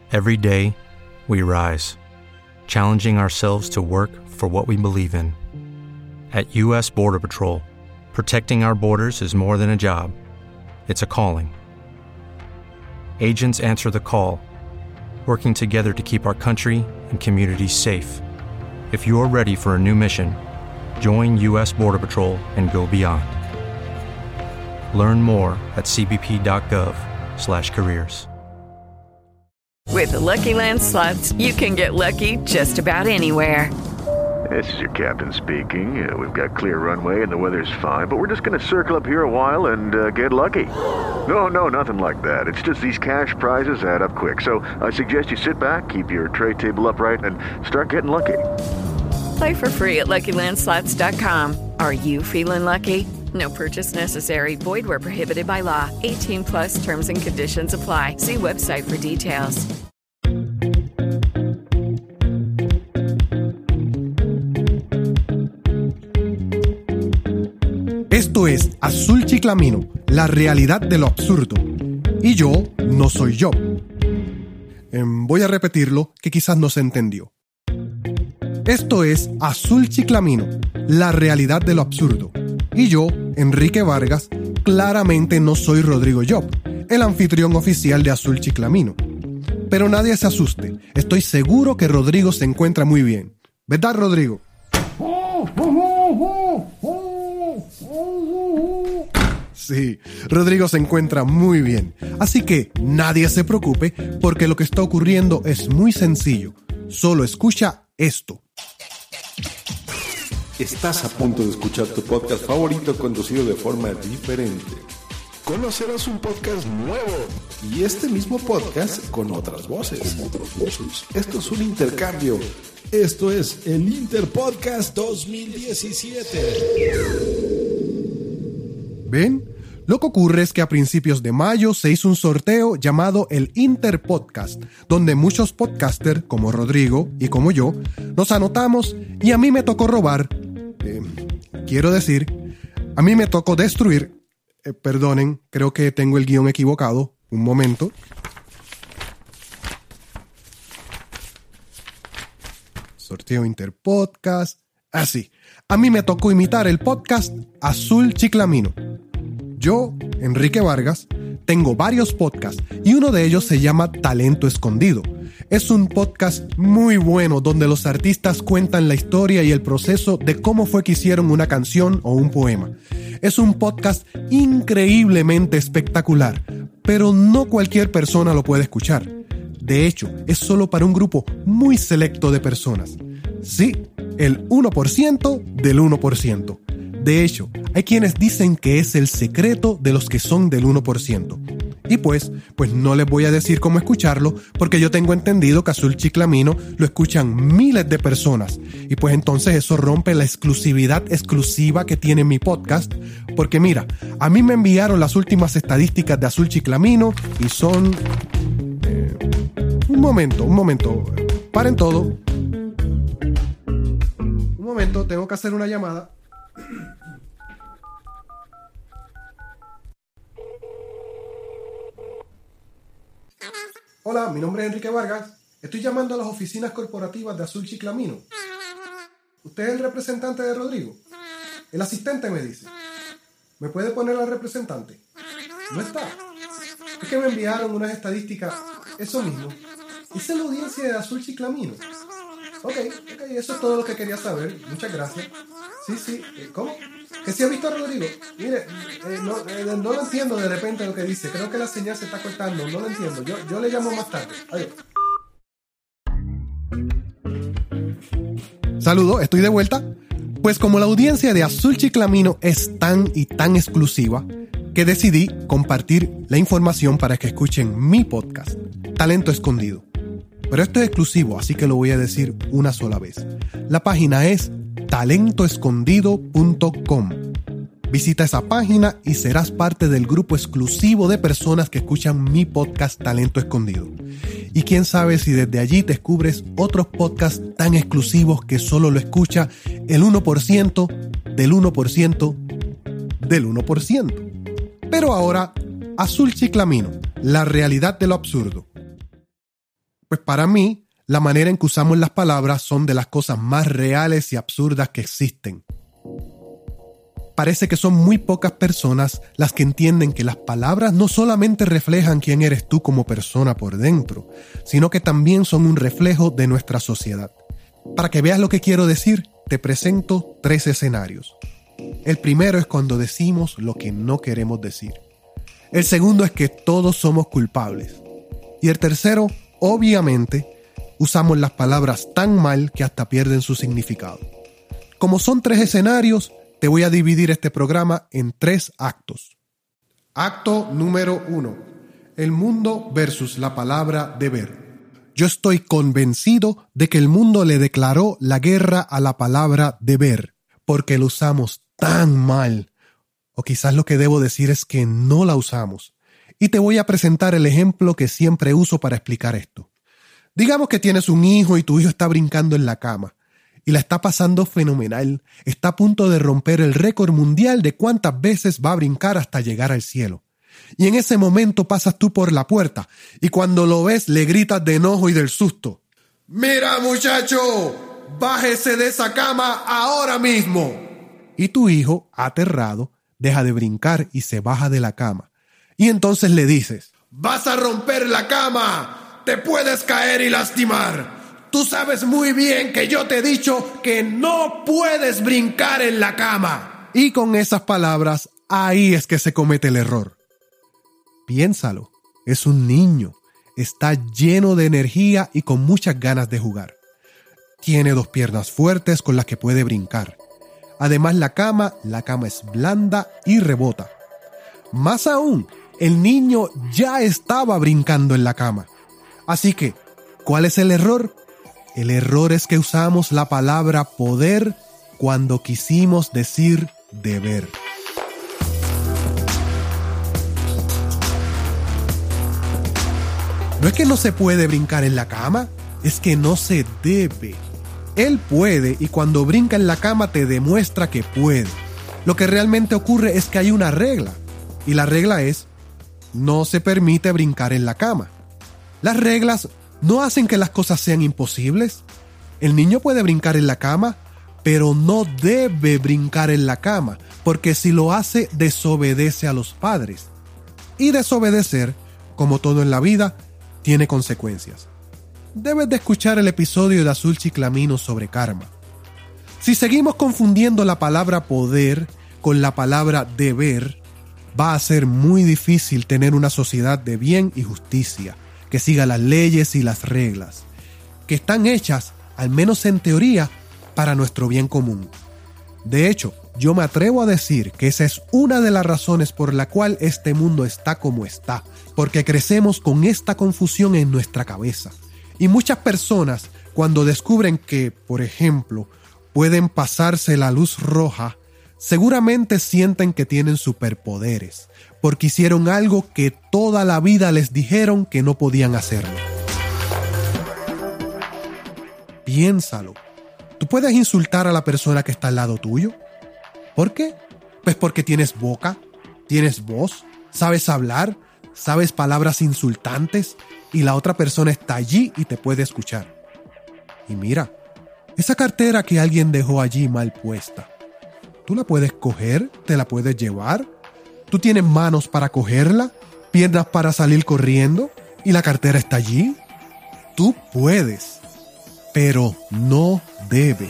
Every day, we rise, challenging ourselves to work for what we believe in. At U.S. Border Patrol, protecting our borders is more than a job. It's a calling. Agents answer the call, working together to keep our country and communities safe. If you're ready for a new mission, join U.S. Border Patrol and go beyond. Learn more at cbp.gov/careers. With the Lucky Land Slots, you can get lucky just about anywhere. This is your captain speaking. We've got clear runway and the weather's fine, but we're just going to circle up here a while and get lucky. No, nothing like that. It's just these cash prizes add up quick. So I suggest you sit back, keep your tray table upright, and start getting lucky. Play for free at LuckyLandSlots.com. Are you feeling lucky? No purchase necessary. Void where prohibited by law. 18+ terms and conditions apply. See website for details. Esto es Azul Chiclamino, la realidad de lo absurdo. Y yo no soy yo. Voy a repetirlo, que quizás no se entendió. Esto es Azul Chiclamino, la realidad de lo absurdo. Y yo, Enrique Vargas, claramente no soy Rodrigo Job, el anfitrión oficial de Azul Chiclamino. Pero nadie se asuste, estoy seguro que Rodrigo se encuentra muy bien. ¿Verdad, Rodrigo? Sí, Rodrigo se encuentra muy bien. Así que nadie se preocupe porque lo que está ocurriendo es muy sencillo. Solo escucha esto. Estás a punto de escuchar tu podcast favorito conducido de forma diferente. Conocerás un podcast nuevo y este mismo podcast con otras voces. Esto es un intercambio. Esto es el Interpodcast 2017. ¿Ven? Lo que ocurre es que a principios de mayo se hizo un sorteo llamado el Interpodcast, donde muchos podcasters, como Rodrigo y como yo, nos anotamos y a mí me tocó robar. Quiero decir, a mí me tocó destruir. Perdonen, creo que tengo el guión equivocado. Un momento. Sorteo Interpodcast. Así. A mí me tocó imitar el podcast Azul Chiclamino. Yo, Enrique Vargas, tengo varios podcasts y uno de ellos se llama Talento Escondido. Es un podcast muy bueno donde los artistas cuentan la historia y el proceso de cómo fue que hicieron una canción o un poema. Es un podcast increíblemente espectacular, pero no cualquier persona lo puede escuchar. De hecho, es solo para un grupo muy selecto de personas. Sí, el 1% del 1%. De hecho, hay quienes dicen que es el secreto de los que son del 1%. Y pues no les voy a decir cómo escucharlo, porque yo tengo entendido que Azul Chiclamino lo escuchan miles de personas. Y pues entonces eso rompe la exclusividad exclusiva que tiene mi podcast. Porque mira, a mí me enviaron las últimas estadísticas de Azul Chiclamino y son... Un momento. Paren todo. Un momento, tengo que hacer una llamada. Hola, mi nombre es Enrique Vargas. Estoy llamando a las oficinas corporativas de Azul Chiclamino. ¿Usted es el representante de Rodrigo? El asistente me dice. ¿Me puede poner al representante? No está. Es que me enviaron unas estadísticas. Eso mismo. Esa es la audiencia de Azul Chiclamino. Ok, eso es todo lo que quería saber. Muchas gracias. Sí. ¿Cómo? ¿Que si ha visto a Rodrigo? Mire, no lo entiendo de repente lo que dice. Creo que la señal se está cortando. No lo entiendo. Yo le llamo más tarde. Adiós. Saludos, estoy de vuelta. Pues como la audiencia de Azul Chiclamino es tan y tan exclusiva, que decidí compartir la información para que escuchen mi podcast, Talento Escondido. Pero esto es exclusivo, así que lo voy a decir una sola vez. La página es talentoescondido.com. Visita esa página y serás parte del grupo exclusivo de personas que escuchan mi podcast Talento Escondido. Y quién sabe si desde allí descubres otros podcasts tan exclusivos que solo lo escucha el 1% del 1% del 1%. Pero ahora, Azul Chiclamino, la realidad de lo absurdo. Pues para mí, la manera en que usamos las palabras son de las cosas más reales y absurdas que existen. Parece que son muy pocas personas las que entienden que las palabras no solamente reflejan quién eres tú como persona por dentro, sino que también son un reflejo de nuestra sociedad. Para que veas lo que quiero decir, te presento 3 escenarios. El primero es cuando decimos lo que no queremos decir. El segundo es que todos somos culpables. Y el tercero, obviamente, usamos las palabras tan mal que hasta pierden su significado. Como son 3 escenarios, te voy a dividir este programa en 3 actos. Acto número 1. El mundo versus la palabra deber. Yo estoy convencido de que el mundo le declaró la guerra a la palabra deber, porque lo usamos tan mal. O quizás lo que debo decir es que no la usamos. Y te voy a presentar el ejemplo que siempre uso para explicar esto. Digamos que tienes un hijo y tu hijo está brincando en la cama. Y la está pasando fenomenal. Está a punto de romper el récord mundial de cuántas veces va a brincar hasta llegar al cielo. Y en ese momento pasas tú por la puerta y cuando lo ves le gritas de enojo y del susto. ¡Mira, muchacho! ¡Bájese de esa cama ahora mismo! Y tu hijo, aterrado, deja de brincar y se baja de la cama. Y entonces le dices: ¡vas a romper la cama! ¡Te puedes caer y lastimar! Tú sabes muy bien que yo te he dicho que no puedes brincar en la cama. Y con esas palabras, ahí es que se comete el error. Piénsalo, es un niño, está lleno de energía y con muchas ganas de jugar. Tiene 2 piernas fuertes con las que puede brincar. Además, la cama es blanda y rebota. Más aún, el niño ya estaba brincando en la cama. Así que, ¿cuál es el error? El error es que usamos la palabra poder cuando quisimos decir deber. No es que no se puede brincar en la cama, es que no se debe. Él puede y cuando brinca en la cama te demuestra que puede. Lo que realmente ocurre es que hay una regla. Y la regla es: no se permite brincar en la cama. Las reglas no hacen que las cosas sean imposibles. El niño puede brincar en la cama, pero no debe brincar en la cama, porque si lo hace, desobedece a los padres. Y desobedecer, como todo en la vida, tiene consecuencias. Debes de escuchar el episodio de Azul Chiclamino sobre karma. Si seguimos confundiendo la palabra poder con la palabra deber, va a ser muy difícil tener una sociedad de bien y justicia, que siga las leyes y las reglas, que están hechas, al menos en teoría, para nuestro bien común. De hecho, yo me atrevo a decir que esa es una de las razones por la cual este mundo está como está, porque crecemos con esta confusión en nuestra cabeza. Y muchas personas, cuando descubren que, por ejemplo, pueden pasarse la luz roja, seguramente sienten que tienen superpoderes, porque hicieron algo que toda la vida les dijeron que no podían hacerlo. Piénsalo. ¿Tú puedes insultar a la persona que está al lado tuyo? ¿Por qué? Pues porque tienes boca, tienes voz, sabes hablar, sabes palabras insultantes y la otra persona está allí y te puede escuchar. Y mira, esa cartera que alguien dejó allí mal puesta, ¿tú la puedes coger? ¿Te la puedes llevar? ¿Tú tienes manos para cogerla? ¿Piernas para salir corriendo? ¿Y la cartera está allí? Tú puedes, pero no debes.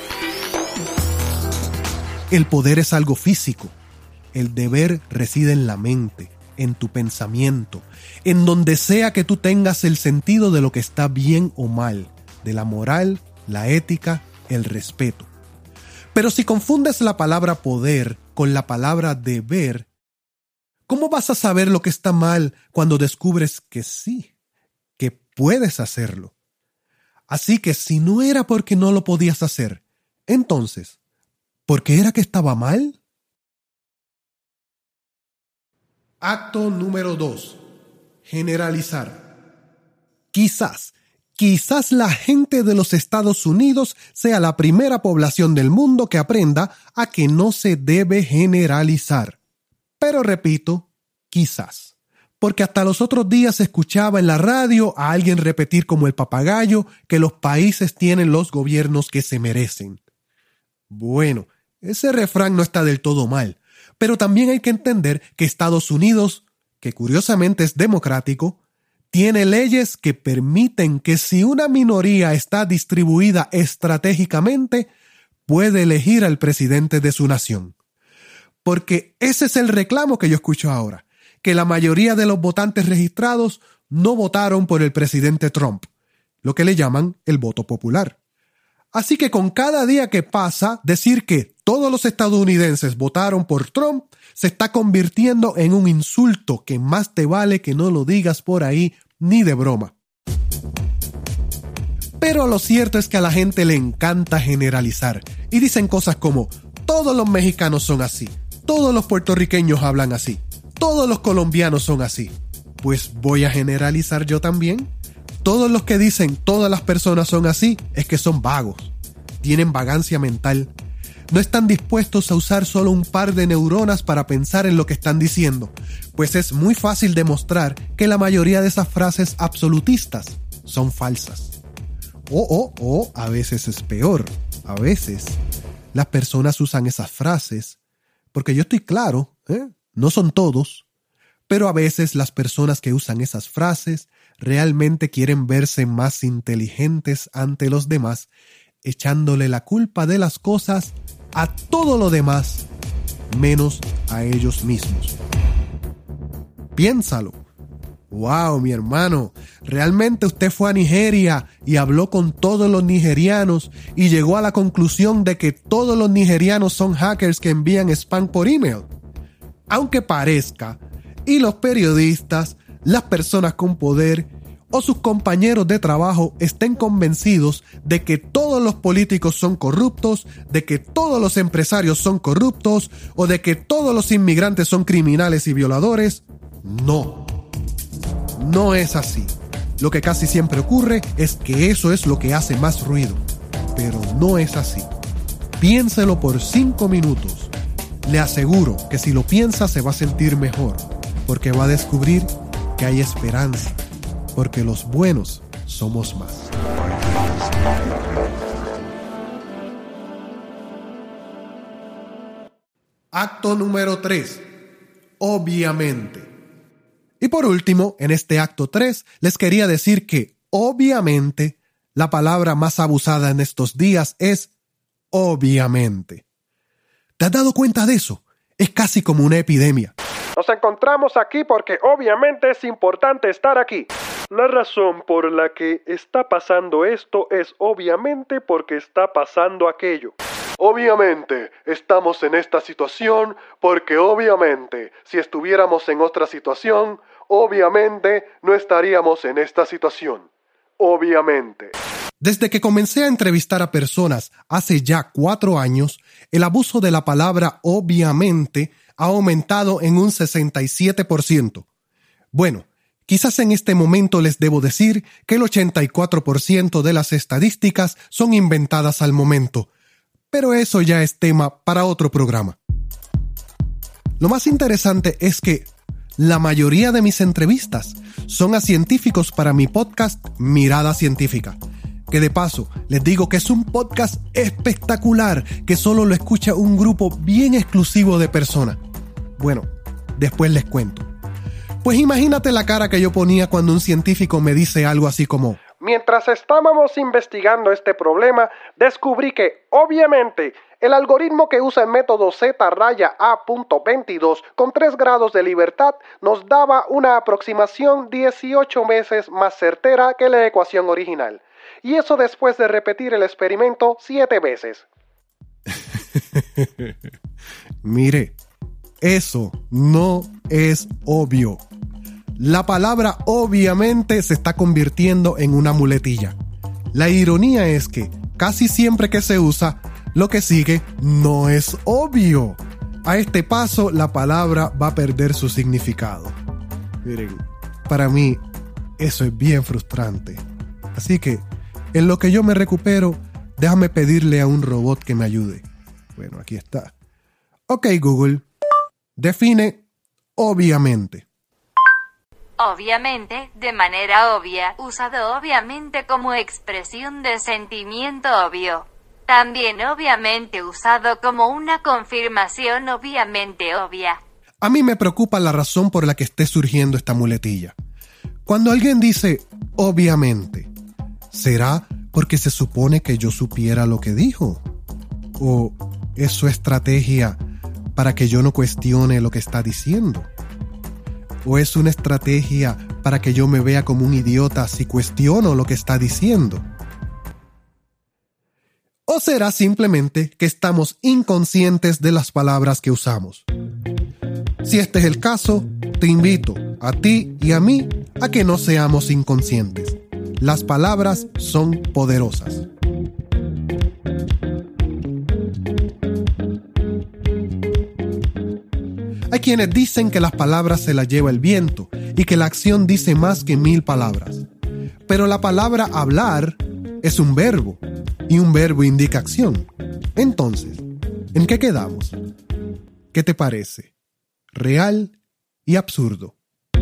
El poder es algo físico. El deber reside en la mente, en tu pensamiento, en donde sea que tú tengas el sentido de lo que está bien o mal, de la moral, la ética, el respeto. Pero si confundes la palabra poder con la palabra deber, ¿cómo vas a saber lo que está mal cuando descubres que sí, que puedes hacerlo? Así que si no era porque no lo podías hacer, entonces, ¿por qué era que estaba mal? Acto número 2. Generalizar. Quizás la gente de los Estados Unidos sea la primera población del mundo que aprenda a que no se debe generalizar. Pero repito, quizás. porque hasta los otros días se escuchaba en la radio a alguien repetir como el papagayo que los países tienen los gobiernos que se merecen. Bueno, ese refrán no está del todo mal, pero también hay que entender que Estados Unidos, que curiosamente es democrático, tiene leyes que permiten que si una minoría está distribuida estratégicamente, puede elegir al presidente de su nación. Porque ese es el reclamo que yo escucho ahora, que la mayoría de los votantes registrados no votaron por el presidente Trump, lo que le llaman el voto popular. Así que con cada día que pasa, decir que todos los estadounidenses votaron por Trump se está convirtiendo en un insulto que más te vale que no lo digas por ahí ni de broma. Pero lo cierto es que a la gente le encanta generalizar y dicen cosas como todos los mexicanos son así, todos los puertorriqueños hablan así, todos los colombianos son así. Pues voy a generalizar yo también. Todos los que dicen todas las personas son así es que son vagos, tienen vagancia mental, no están dispuestos a usar solo un par de neuronas para pensar en lo que están diciendo, pues es muy fácil demostrar que la mayoría de esas frases absolutistas son falsas. O a veces es peor, a veces las personas usan esas frases porque yo estoy claro, no son todos, pero a veces las personas que usan esas frases realmente quieren verse más inteligentes ante los demás, echándole la culpa de las cosas a todo lo demás, menos a ellos mismos. Piénsalo. ¡Wow, mi hermano! ¿Realmente usted fue a Nigeria y habló con todos los nigerianos y llegó a la conclusión de que todos los nigerianos son hackers que envían spam por email? Aunque parezca, y los periodistas, las personas con poder o sus compañeros de trabajo estén convencidos de que todos los políticos son corruptos, de que todos los empresarios son corruptos o de que todos los inmigrantes son criminales y violadores, no es así. Lo que casi siempre ocurre es que eso es lo que hace más ruido, pero no es así. Piénselo por 5 minutos. Le aseguro que si lo piensa se va a sentir mejor, porque va a descubrir que hay esperanza, porque los buenos somos más. Acto número 3. Obviamente. Y por último, en este acto 3, les quería decir que, obviamente, la palabra más abusada en estos días es obviamente. ¿Te has dado cuenta de eso? Es casi como una epidemia. Nos encontramos aquí porque obviamente es importante estar aquí. La razón por la que está pasando esto es obviamente porque está pasando aquello. Obviamente estamos en esta situación porque obviamente si estuviéramos en otra situación, obviamente no estaríamos en esta situación. Obviamente. Desde que comencé a entrevistar a personas hace ya 4 años, el abuso de la palabra obviamente ha aumentado en un 67%. Bueno, quizás en este momento les debo decir que el 84% de las estadísticas son inventadas al momento, pero eso ya es tema para otro programa. Lo más interesante es que la mayoría de mis entrevistas son a científicos para mi podcast Mirada Científica, que de paso les digo que es un podcast espectacular que solo lo escucha un grupo bien exclusivo de personas. Bueno, después les cuento. Pues imagínate la cara que yo ponía cuando un científico me dice algo así como: mientras estábamos investigando este problema, descubrí que, obviamente, el algoritmo que usa el método Z-A.22 con 3 grados de libertad nos daba una aproximación 18 veces más certera que la ecuación original. Y eso después de repetir el experimento 7 veces. Mire, eso no es obvio. La palabra obviamente se está convirtiendo en una muletilla. La ironía es que casi siempre que se usa, lo que sigue no es obvio. A este paso, la palabra va a perder su significado. Miren, para mí, eso es bien frustrante. Así que, en lo que yo me recupero, déjame pedirle a un robot que me ayude. Bueno, aquí está. Ok, Google, define obviamente. obviamente, de manera obvia, usado obviamente como expresión de sentimiento obvio. También obviamente usado como una confirmación obviamente obvia. A mí me preocupa la razón por la que esté surgiendo esta muletilla. Cuando alguien dice obviamente, ¿será porque se supone que yo supiera lo que dijo? ¿O es su estrategia para que yo no cuestione lo que está diciendo? ¿O es una estrategia para que yo me vea como un idiota si cuestiono lo que está diciendo? ¿O será simplemente que estamos inconscientes de las palabras que usamos? Si este es el caso, te invito a ti y a mí a que no seamos inconscientes. Las palabras son poderosas. Hay quienes dicen que las palabras se las lleva el viento y que la acción dice más que 1000 palabras. Pero la palabra hablar es un verbo y un verbo indica acción. Entonces, ¿en qué quedamos? ¿Qué te parece? ¿Real y absurdo?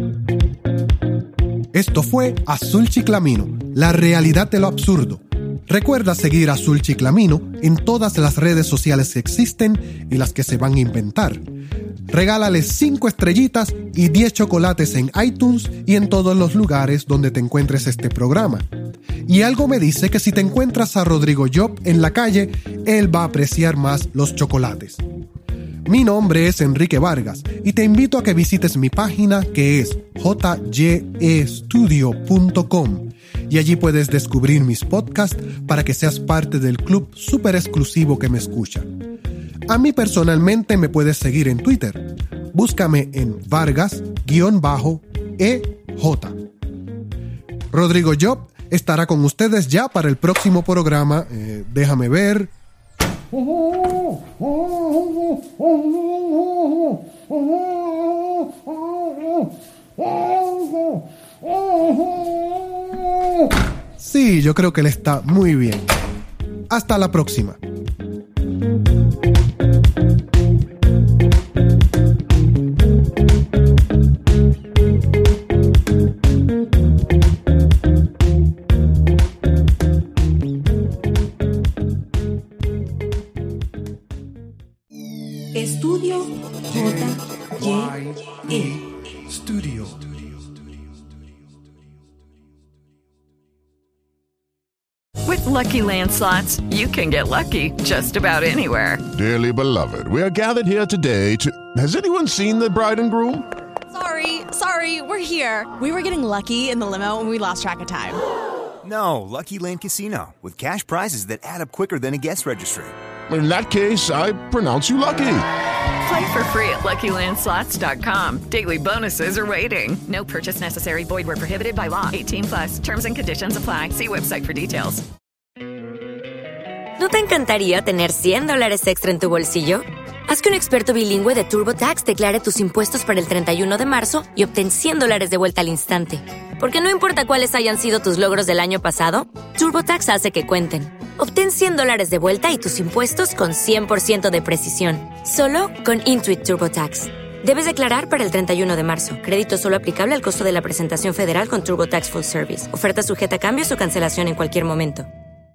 Esto fue Azul Chiclamino, la realidad de lo absurdo. Recuerda seguir a Azul Chiclamino en todas las redes sociales que existen y las que se van a inventar. Regálales 5 estrellitas y 10 chocolates en iTunes y en todos los lugares donde te encuentres este programa. Y algo me dice que si te encuentras a Rodrigo Job en la calle, él va a apreciar más los chocolates. Mi nombre es Enrique Vargas y te invito a que visites mi página que es jyestudio.com y allí puedes descubrir mis podcasts para que seas parte del club súper exclusivo que me escucha. A mí personalmente me puedes seguir en Twitter. Búscame en Vargas-EJ. Rodrigo Job estará con ustedes ya para el próximo programa. Déjame ver. Sí, yo creo que él está muy bien. Hasta la próxima. Estudio JYE. Studio. With Lucky Land Slots, you can get lucky just about anywhere. Dearly beloved, we are gathered here today to... Has anyone seen the bride and groom? Sorry, we're here. We were getting lucky in the limo and we lost track of time. No, Lucky Land Casino, with cash prizes that add up quicker than a guest registry. In that case, I pronounce you lucky. Play for free at LuckyLandSlots.com. Daily bonuses are waiting. No purchase necessary. Void where prohibited by law. 18+. Terms and conditions apply. See website for details. ¿No te encantaría tener $100 extra en tu bolsillo? Haz que un experto bilingüe de TurboTax declare tus impuestos para el 31 de marzo y obtén $100 de vuelta al instante. Porque no importa cuáles hayan sido tus logros del año pasado, TurboTax hace que cuenten. Obtén $100 de vuelta y tus impuestos con 100% de precisión. Solo con Intuit TurboTax. Debes declarar para el 31 de marzo. Crédito solo aplicable al costo de la presentación federal con TurboTax Full Service. Oferta sujeta a cambios o cancelación en cualquier momento.